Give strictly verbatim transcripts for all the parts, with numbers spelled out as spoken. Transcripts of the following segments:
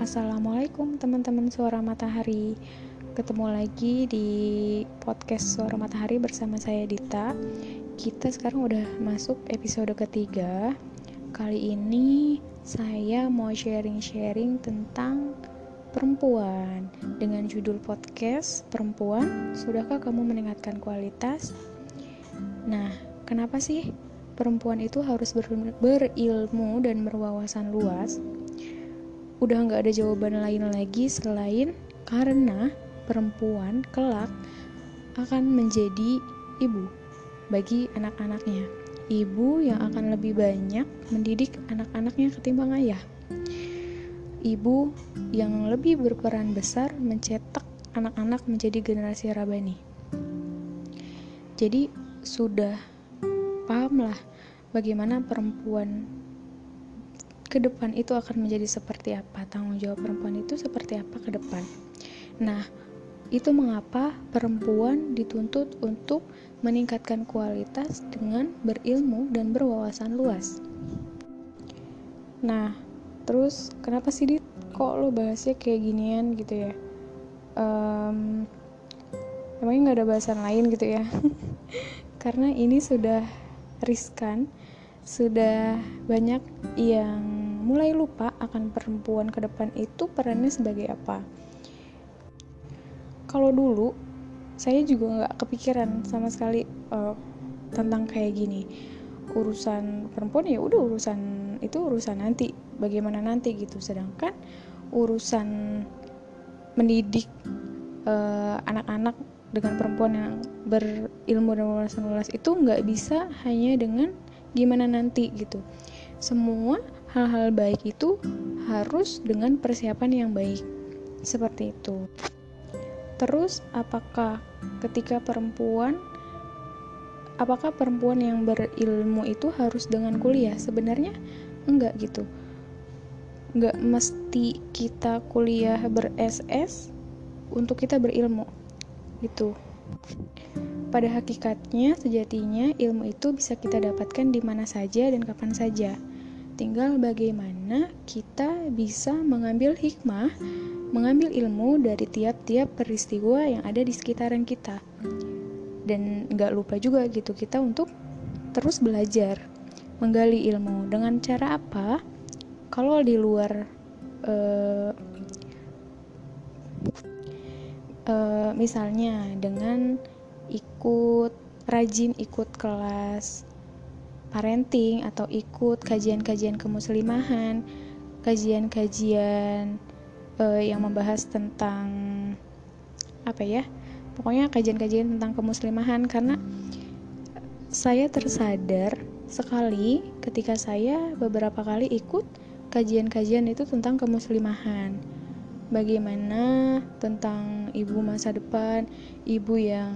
Assalamualaikum teman-teman Suara Matahari. Ketemu lagi di podcast Suara Matahari bersama saya Dita. Kita sekarang udah masuk episode ketiga. Kali ini saya mau sharing-sharing tentang perempuan dengan judul podcast Perempuan, Sudahkah Kamu Meningkatkan Kualitas? Nah, kenapa sih perempuan itu harus ber- berilmu dan berwawasan luas? Udah gak ada jawaban lain lagi selain karena perempuan kelak akan menjadi ibu bagi anak-anaknya. Ibu yang akan lebih banyak mendidik anak-anaknya ketimbang ayah. Ibu yang lebih berperan besar mencetak anak-anak menjadi generasi rabani. Jadi sudah pahamlah bagaimana perempuan ke depan itu akan menjadi seperti apa, tanggung jawab perempuan itu seperti apa ke depan. Nah, itu mengapa perempuan dituntut untuk meningkatkan kualitas dengan berilmu dan berwawasan luas. Nah, terus kenapa sih Dit, kok lo bahasnya kayak ginian gitu ya? Um, emangnya gak ada bahasan lain gitu ya? Karena ini sudah riskan, sudah banyak yang mulai lupa akan perempuan ke depan itu perannya sebagai apa. Kalau dulu saya juga gak kepikiran sama sekali uh, tentang kayak gini. Urusan perempuan ya udah urusan itu urusan nanti, bagaimana nanti gitu. Sedangkan urusan mendidik uh, anak-anak dengan perempuan yang berilmu dan wawasan luas itu gak bisa hanya dengan gimana nanti gitu. Semua hal-hal baik itu harus dengan persiapan yang baik. Seperti itu. Terus apakah ketika perempuan apakah perempuan yang berilmu itu harus dengan kuliah? Sebenarnya enggak gitu. Enggak mesti kita kuliah ber-S S untuk kita berilmu. Gitu. Pada hakikatnya, sejatinya ilmu itu bisa kita dapatkan di mana saja dan kapan saja. Tinggal bagaimana kita bisa mengambil hikmah, mengambil ilmu dari tiap-tiap peristiwa yang ada di sekitaran kita. Dan gak lupa juga gitu kita untuk terus belajar, menggali ilmu. Dengan cara apa? Kalau di luar uh, uh, misalnya dengan ikut rajin ikut kelas parenting atau ikut kajian-kajian kemuslimahan, kajian-kajian uh, yang membahas tentang apa ya, pokoknya kajian-kajian tentang kemuslimahan. Karena saya tersadar sekali ketika saya beberapa kali ikut kajian-kajian itu tentang kemuslimahan, bagaimana tentang ibu masa depan, ibu yang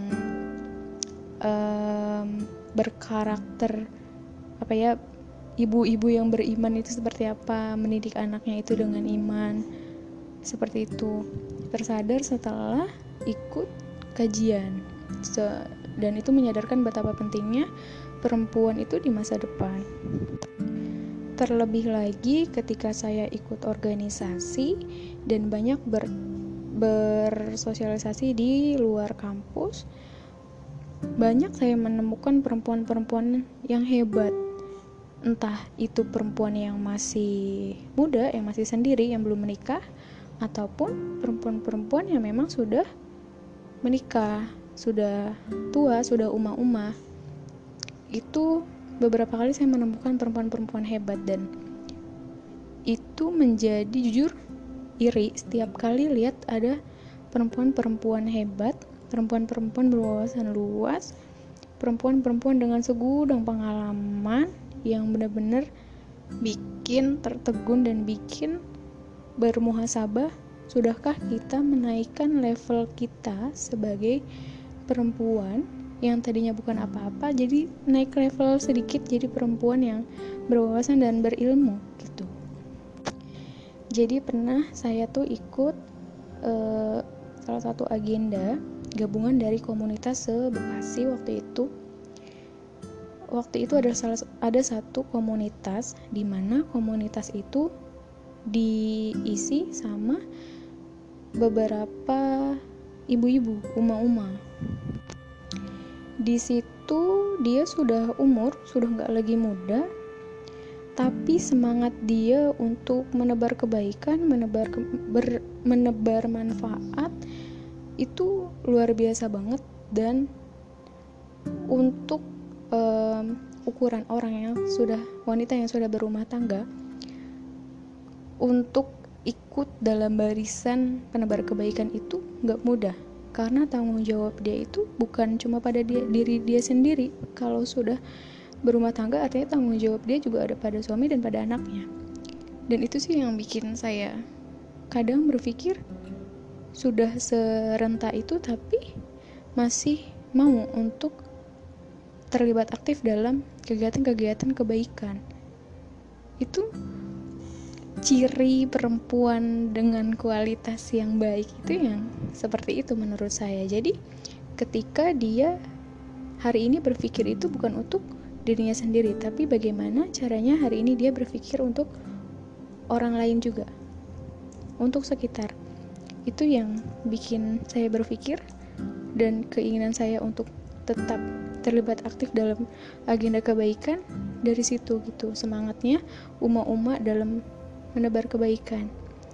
um, berkarakter apa ya, ibu-ibu yang beriman itu seperti apa, mendidik anaknya itu dengan iman, seperti itu. Tersadar setelah ikut kajian, dan itu menyadarkan betapa pentingnya perempuan itu di masa depan. Terlebih lagi ketika saya ikut organisasi dan banyak ber, bersosialisasi di luar kampus, banyak saya menemukan perempuan-perempuan yang hebat. Entah itu perempuan yang masih muda, yang masih sendiri, yang belum menikah, ataupun perempuan-perempuan yang memang sudah menikah, sudah tua, sudah umah-umah. Itu beberapa kali saya menemukan perempuan-perempuan hebat, dan itu menjadi jujur iri setiap kali lihat ada perempuan-perempuan hebat, perempuan-perempuan berwawasan luas, perempuan-perempuan dengan segudang pengalaman yang benar-benar bikin tertegun dan bikin bermuhasabah. Sudahkah kita menaikkan level kita sebagai perempuan yang tadinya bukan apa-apa, jadi naik level sedikit jadi perempuan yang berwawasan dan berilmu gitu. Jadi pernah saya tuh ikut uh, salah satu agenda gabungan dari komunitas se-Bekasi waktu itu. Waktu itu ada salah ada satu komunitas di mana komunitas itu diisi sama beberapa ibu-ibu, uma-uma. Di situ dia sudah umur, sudah nggak lagi muda, tapi semangat dia untuk menebar kebaikan, menebar ke, ber, menebar manfaat itu luar biasa banget. Dan untuk um, ukuran orang yang sudah, wanita yang sudah berumah tangga, untuk ikut dalam barisan penebar kebaikan itu gak mudah, karena tanggung jawab dia itu bukan cuma pada dia, diri dia sendiri. Kalau sudah berumah tangga artinya tanggung jawab dia juga ada pada suami dan pada anaknya. Dan itu sih yang bikin saya kadang berpikir, sudah serentak itu tapi masih mau untuk terlibat aktif dalam kegiatan-kegiatan kebaikan. Itu ciri perempuan dengan kualitas yang baik itu yang seperti itu menurut saya. Jadi ketika dia hari ini berpikir itu bukan untuk dirinya sendiri, tapi bagaimana caranya hari ini dia berpikir untuk orang lain juga, untuk sekitar. Itu yang bikin saya berpikir dan keinginan saya untuk tetap terlibat aktif dalam agenda kebaikan dari situ gitu, semangatnya uma-uma dalam menebar kebaikan.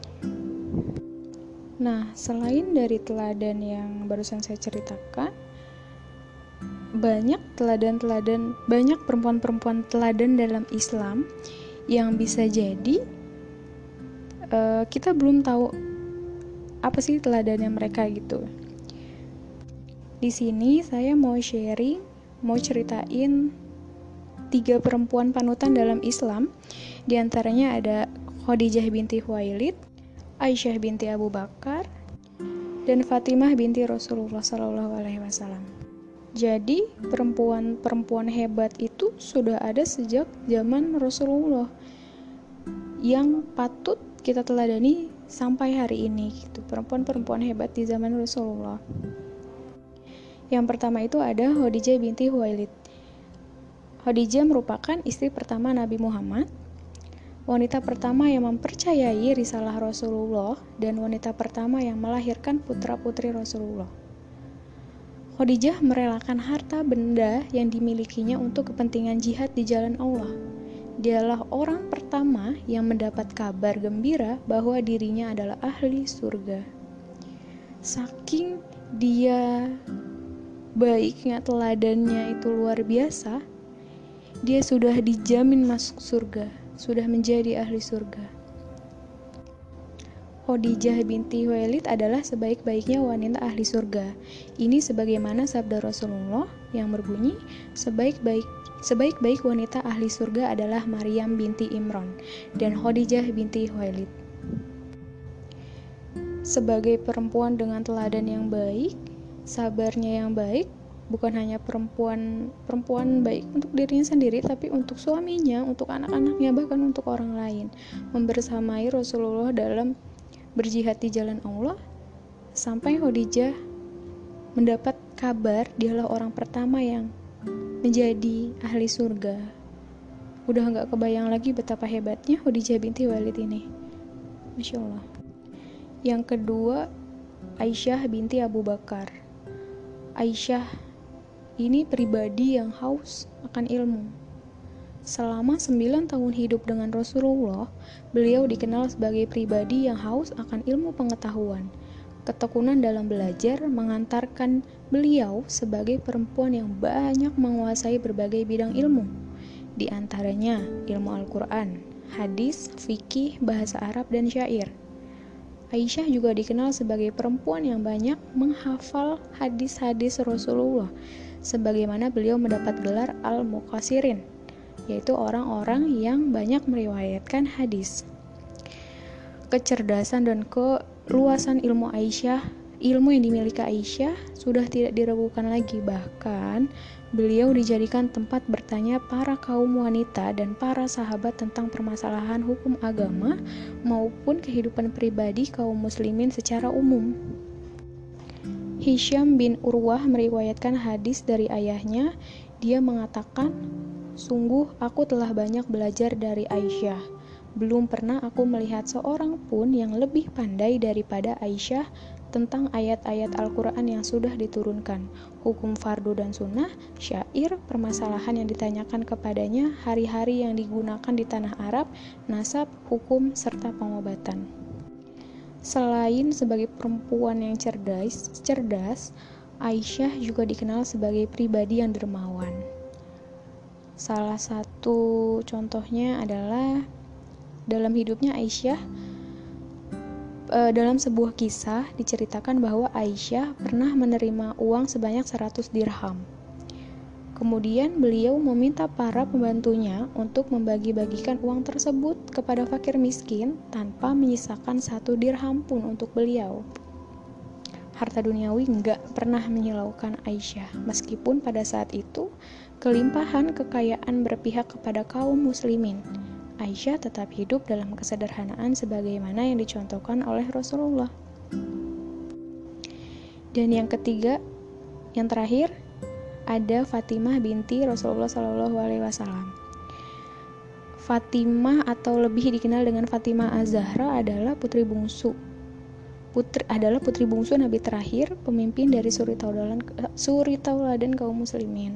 Nah, selain dari teladan yang barusan saya ceritakan, banyak teladan-teladan, banyak perempuan-perempuan teladan dalam Islam yang bisa jadi uh, kita belum tahu apa sih teladannya mereka gitu. Di sini saya mau sharing, mau ceritain tiga perempuan panutan dalam Islam. Di antaranya ada Khadijah binti Khuwailid, Aisyah binti Abu Bakar, dan Fatimah binti Rasulullah Shallallahu Alaihi Wasallam. Jadi perempuan-perempuan hebat itu sudah ada sejak zaman Rasulullah, yang patut kita teladani sampai hari ini gitu. Perempuan-perempuan hebat di zaman Rasulullah. Yang pertama itu ada Khadijah binti Khuwailid. Khadijah merupakan istri pertama Nabi Muhammad, wanita pertama yang mempercayai risalah Rasulullah, dan wanita pertama yang melahirkan putra-putri Rasulullah. Khadijah merelakan harta benda yang dimilikinya untuk kepentingan jihad di jalan Allah. Dialah orang pertama yang mendapat kabar gembira bahwa dirinya adalah ahli surga. Saking dia baiknya, teladannya itu luar biasa, dia sudah dijamin masuk surga, sudah menjadi ahli surga. Khadijah binti Khuwailid adalah sebaik-baiknya wanita ahli surga. Ini sebagaimana sabda Rasulullah yang berbunyi, sebaik-baik sebaik-baik wanita ahli surga adalah Maryam binti Imran dan Khadijah binti Khuwailid. Sebagai perempuan dengan teladan yang baik, sabarnya yang baik, bukan hanya perempuan perempuan baik untuk dirinya sendiri, tapi untuk suaminya, untuk anak-anaknya, bahkan untuk orang lain. Membersamai Rasulullah dalam berjihad di jalan Allah, sampai Khadijah mendapat kabar dialah orang pertama yang menjadi ahli surga. Udah gak kebayang lagi betapa hebatnya Khadijah binti Khuwailid ini. Masya Allah. Yang kedua, Aisyah binti Abu Bakar. Aisyah ini pribadi yang haus akan ilmu. Selama sembilan tahun hidup dengan Rasulullah, beliau dikenal sebagai pribadi yang haus akan ilmu pengetahuan. Ketekunan dalam belajar mengantarkan beliau sebagai perempuan yang banyak menguasai berbagai bidang ilmu, di antaranya ilmu Al-Quran, hadis, fikih, bahasa Arab, dan syair. Aisyah juga dikenal sebagai perempuan yang banyak menghafal hadis-hadis Rasulullah, sebagaimana beliau mendapat gelar Al-Muqassirin, yaitu orang-orang yang banyak meriwayatkan hadis. Kecerdasan dan keluasan ilmu Aisyah, ilmu yang dimiliki Aisyah sudah tidak diragukan lagi. Bahkan beliau dijadikan tempat bertanya para kaum wanita dan para sahabat tentang permasalahan hukum agama maupun kehidupan pribadi kaum muslimin secara umum. Hisham bin Urwah meriwayatkan hadis dari ayahnya. Dia mengatakan, "Sungguh aku telah banyak belajar dari Aisyah. Belum pernah aku melihat seorang pun yang lebih pandai daripada Aisyah tentang ayat-ayat Al-Quran yang sudah diturunkan, hukum fardu dan sunnah, syair, permasalahan yang ditanyakan kepadanya, hari-hari yang digunakan di tanah Arab, nasab, hukum, serta pengobatan. Selain sebagai perempuan yang cerdas, cerdas, Aisyah juga dikenal sebagai pribadi yang dermawan. Salah satu contohnya adalah dalam hidupnya Aisyah, dalam sebuah kisah diceritakan bahwa Aisyah pernah menerima uang sebanyak seratus dirham. Kemudian beliau meminta para pembantunya untuk membagi-bagikan uang tersebut kepada fakir miskin tanpa menyisakan satu dirham pun untuk beliau. Harta duniawi enggak pernah menyilaukan Aisyah, meskipun pada saat itu kelimpahan kekayaan berpihak kepada kaum muslimin. Aisyah tetap hidup dalam kesederhanaan sebagaimana yang dicontohkan oleh Rasulullah. Dan yang ketiga, yang terakhir, ada Fatimah binti Rasulullah Shallallahu Alaihi Wasallam. Fatimah atau lebih dikenal dengan Fatimah Az-Zahra adalah putri bungsu. Putri adalah putri bungsu Nabi terakhir, pemimpin dari suri tauladan, suri tauladan kaum muslimin.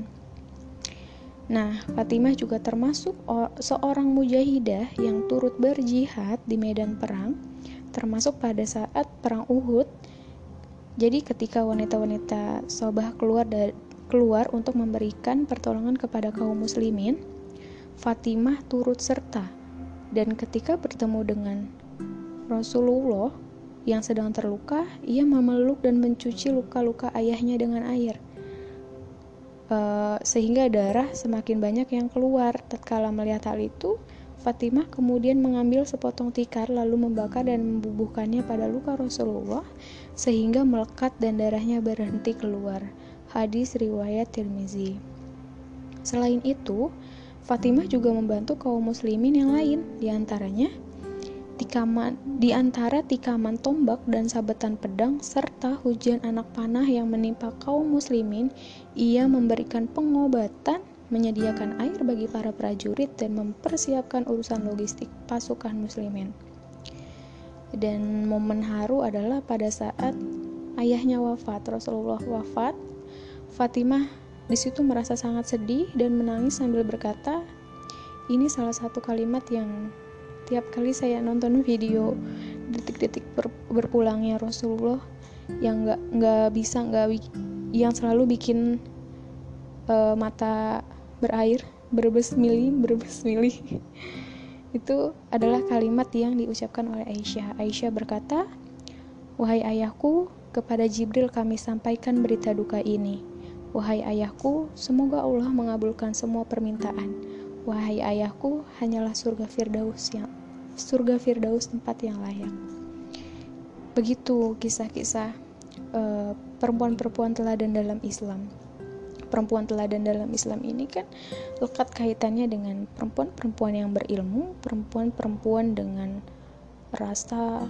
Nah, Fatimah juga termasuk seorang mujahidah yang turut berjihad di medan perang, termasuk pada saat perang Uhud. Jadi ketika wanita-wanita Sobah keluar dari, keluar untuk memberikan pertolongan kepada kaum muslimin, Fatimah turut serta. Dan ketika bertemu dengan Rasulullah yang sedang terluka, ia memeluk dan mencuci luka-luka ayahnya dengan air. Uh, sehingga darah semakin banyak yang keluar. Tatkala melihat hal itu, Fatimah kemudian mengambil sepotong tikar lalu membakar dan membubuhkannya pada luka Rasulullah sehingga melekat dan darahnya berhenti keluar. Hadis riwayat Tirmizi. Selain itu, Fatimah juga membantu kaum muslimin yang lain, diantaranya tikaman, di antara tikaman tombak dan sabetan pedang serta hujan anak panah yang menimpa kaum muslimin, ia memberikan pengobatan, menyediakan air bagi para prajurit dan mempersiapkan urusan logistik pasukan muslimin. Dan momen haru adalah pada saat ayahnya wafat, Rasulullah wafat, Fatimah di situ merasa sangat sedih dan menangis sambil berkata, ini salah satu kalimat yang tiap kali saya nonton video detik-detik ber, berpulangnya Rasulullah yang nggak nggak bisa nggak yang selalu bikin uh, mata berair berbesmili berbesmili itu adalah kalimat yang diucapkan oleh Aisyah. Aisyah berkata, wahai ayahku, kepada Jibril kami sampaikan berita duka ini. Wahai ayahku, semoga Allah mengabulkan semua permintaan. Wahai ayahku, hanyalah surga Firdaus yang surga Firdaus tempat yang layak. Begitu kisah-kisah uh, perempuan-perempuan teladan dalam Islam. Perempuan teladan dalam Islam ini kan lekat kaitannya dengan perempuan-perempuan yang berilmu, perempuan-perempuan dengan rasa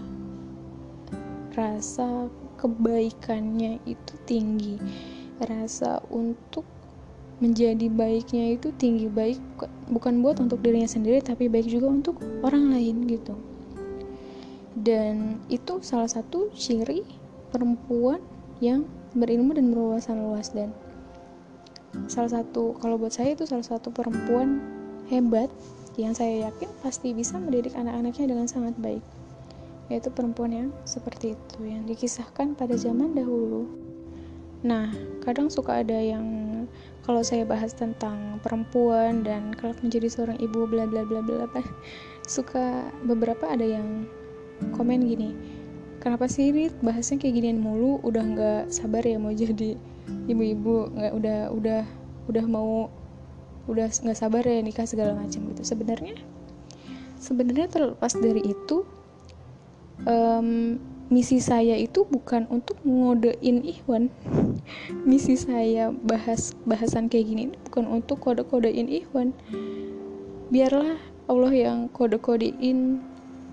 rasa kebaikannya itu tinggi, rasa untuk menjadi baiknya itu tinggi, baik bukan buat untuk dirinya sendiri tapi baik juga untuk orang lain gitu. Dan itu salah satu ciri perempuan yang berilmu dan berwawasan luas. Dan salah satu, kalau buat saya itu salah satu perempuan hebat yang saya yakin pasti bisa mendidik anak-anaknya dengan sangat baik, yaitu perempuan yang seperti itu yang dikisahkan pada zaman dahulu. Nah, kadang suka ada yang kalau saya bahas tentang perempuan dan kelak menjadi seorang ibu bla bla bla bla bla, suka beberapa ada yang komen gini, kenapa sih ini bahasnya kayak ginian mulu, udah nggak sabar ya mau jadi ibu-ibu, nggak udah udah udah mau udah nggak sabar ya nikah segala macam gitu. Sebenarnya sebenarnya terlepas dari itu, um, misi saya itu bukan untuk ngodein Ikhwan. Misi saya bahas bahasan kayak gini bukan untuk kode-kodein Ikhwan. Biarlah Allah yang kode-kodein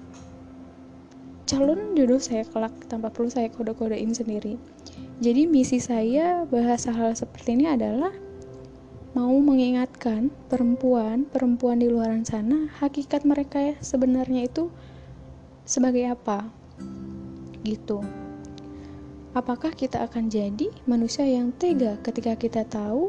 calon jodoh saya kelak tanpa perlu saya kode-kodein sendiri. Jadi misi saya bahas hal seperti ini adalah mau mengingatkan perempuan-perempuan di luar sana hakikat mereka sebenarnya itu sebagai apa gitu. Apakah kita akan jadi manusia yang tega ketika kita tahu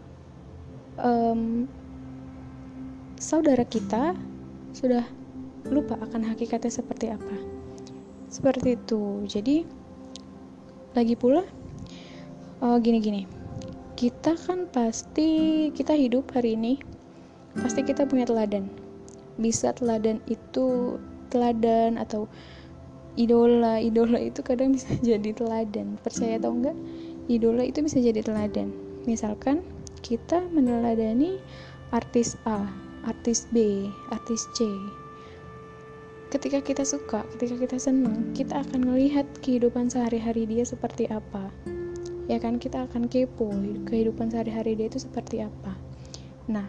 um, saudara kita sudah lupa akan hakikatnya seperti apa? Seperti itu. Jadi lagi pula uh, gini-gini, kita kan pasti kita hidup hari ini pasti kita punya teladan. Bisa teladan itu teladan atau idola, idola itu kadang bisa jadi teladan. Percaya atau enggak, idola itu bisa jadi teladan. Misalkan kita meneladani artis A, artis B, artis C. Ketika kita suka, ketika kita senang, kita akan melihat kehidupan sehari-hari dia seperti apa. Ya kan, kita akan kepo kehidupan sehari-hari dia itu seperti apa. Nah,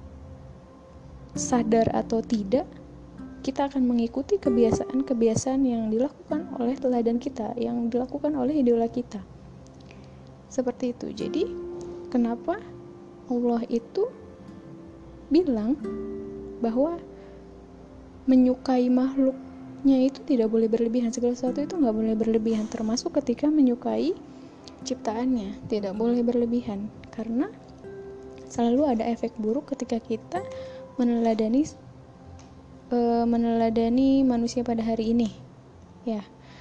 sadar atau tidak, kita akan mengikuti kebiasaan-kebiasaan yang dilakukan oleh teladan kita, yang dilakukan oleh idola kita. Seperti itu. Jadi, kenapa Allah itu bilang bahwa menyukai makhluknya itu tidak boleh berlebihan. Segala sesuatu itu nggak boleh berlebihan, termasuk ketika menyukai ciptaannya, tidak boleh berlebihan. Karena selalu ada efek buruk ketika kita meneladani meneladani manusia pada hari ini, ya.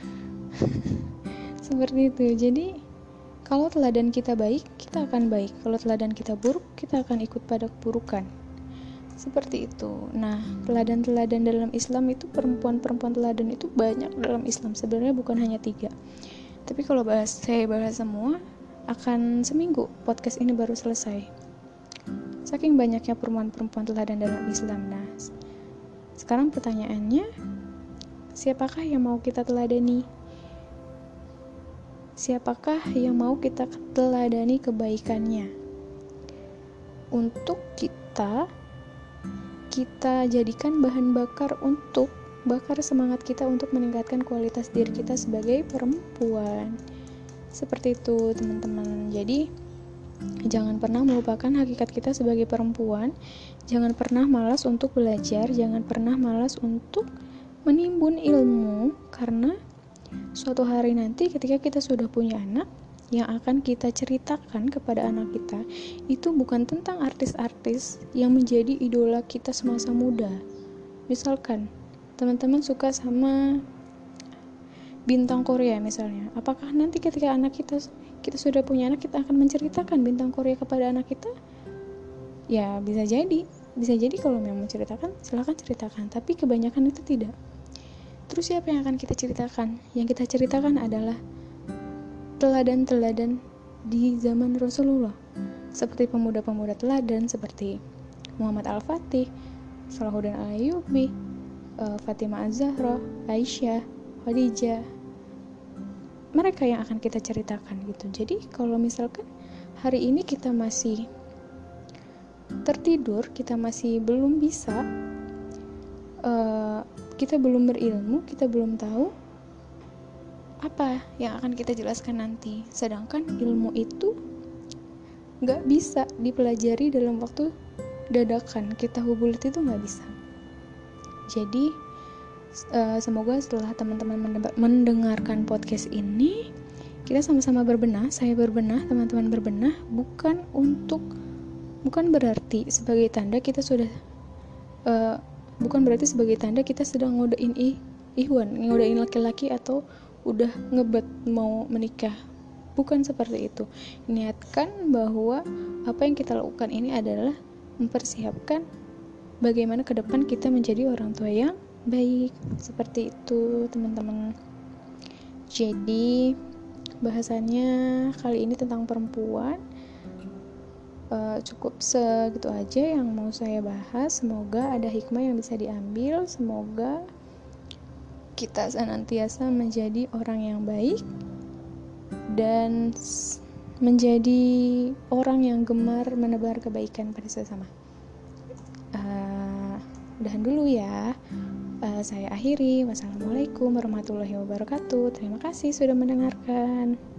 Seperti itu. Jadi kalau teladan kita baik, kita akan baik. Kalau teladan kita buruk, kita akan ikut pada keburukan. Seperti itu. Nah, teladan-teladan dalam Islam itu, perempuan-perempuan teladan itu banyak dalam Islam. Sebenarnya bukan hanya tiga. Tapi kalau bahas saya bahas semua, akan seminggu podcast ini baru selesai. Saking banyaknya perempuan-perempuan teladan dalam Islam. Nah, sekarang pertanyaannya, siapakah yang mau kita teladani? Siapakah yang mau kita teladani kebaikannya? Untuk kita, kita jadikan bahan bakar untuk bakar semangat kita untuk meningkatkan kualitas diri kita sebagai perempuan. Seperti itu, teman-teman. Jadi, jangan pernah melupakan hakikat kita sebagai perempuan. Jangan pernah malas untuk belajar. Jangan pernah malas untuk menimbun ilmu. Karena suatu hari nanti ketika kita sudah punya anak, yang akan kita ceritakan kepada anak kita itu bukan tentang artis-artis yang menjadi idola kita semasa muda. Misalkan teman-teman suka sama bintang Korea misalnya, apakah nanti ketika anak kita kita sudah punya anak, kita akan menceritakan bintang Korea kepada anak kita? Ya, bisa jadi. Bisa jadi kalau memang menceritakan, silakan ceritakan. Tapi kebanyakan itu tidak. Terus siapa yang akan kita ceritakan? Yang kita ceritakan adalah teladan-teladan di zaman Rasulullah. Seperti pemuda-pemuda teladan seperti Muhammad Al-Fatih, Salahuddin Al-Ayyubi, Fatimah Az-Zahra, Aisyah, Khadijah. Mereka yang akan kita ceritakan gitu. Jadi kalau misalkan hari ini kita masih tertidur, kita masih belum bisa, uh, kita belum berilmu, kita belum tahu apa yang akan kita jelaskan nanti. Sedangkan ilmu itu gak bisa dipelajari dalam waktu dadakan. Kita hubulit itu gak bisa. Jadi uh, semoga setelah teman-teman mendengarkan podcast ini, kita sama-sama berbenah. Saya berbenah, teman-teman berbenah. Bukan untuk Bukan berarti sebagai tanda kita sudah uh, bukan berarti sebagai tanda kita sedang ngodain ih, ihwan, ngodain laki-laki atau udah ngebet mau menikah. Bukan seperti itu. Niatkan bahwa apa yang kita lakukan ini adalah mempersiapkan bagaimana ke depan kita menjadi orang tua yang baik. Seperti itu, teman-teman. Jadi bahasannya kali ini tentang perempuan. Uh, cukup segitu aja yang mau saya bahas. Semoga ada hikmah yang bisa diambil. Semoga kita senantiasa menjadi orang yang baik dan menjadi orang yang gemar menebar kebaikan pada sesama. Uh, udahan dulu ya. Uh, saya akhiri. Wassalamualaikum warahmatullahi wabarakatuh. Terima kasih sudah mendengarkan.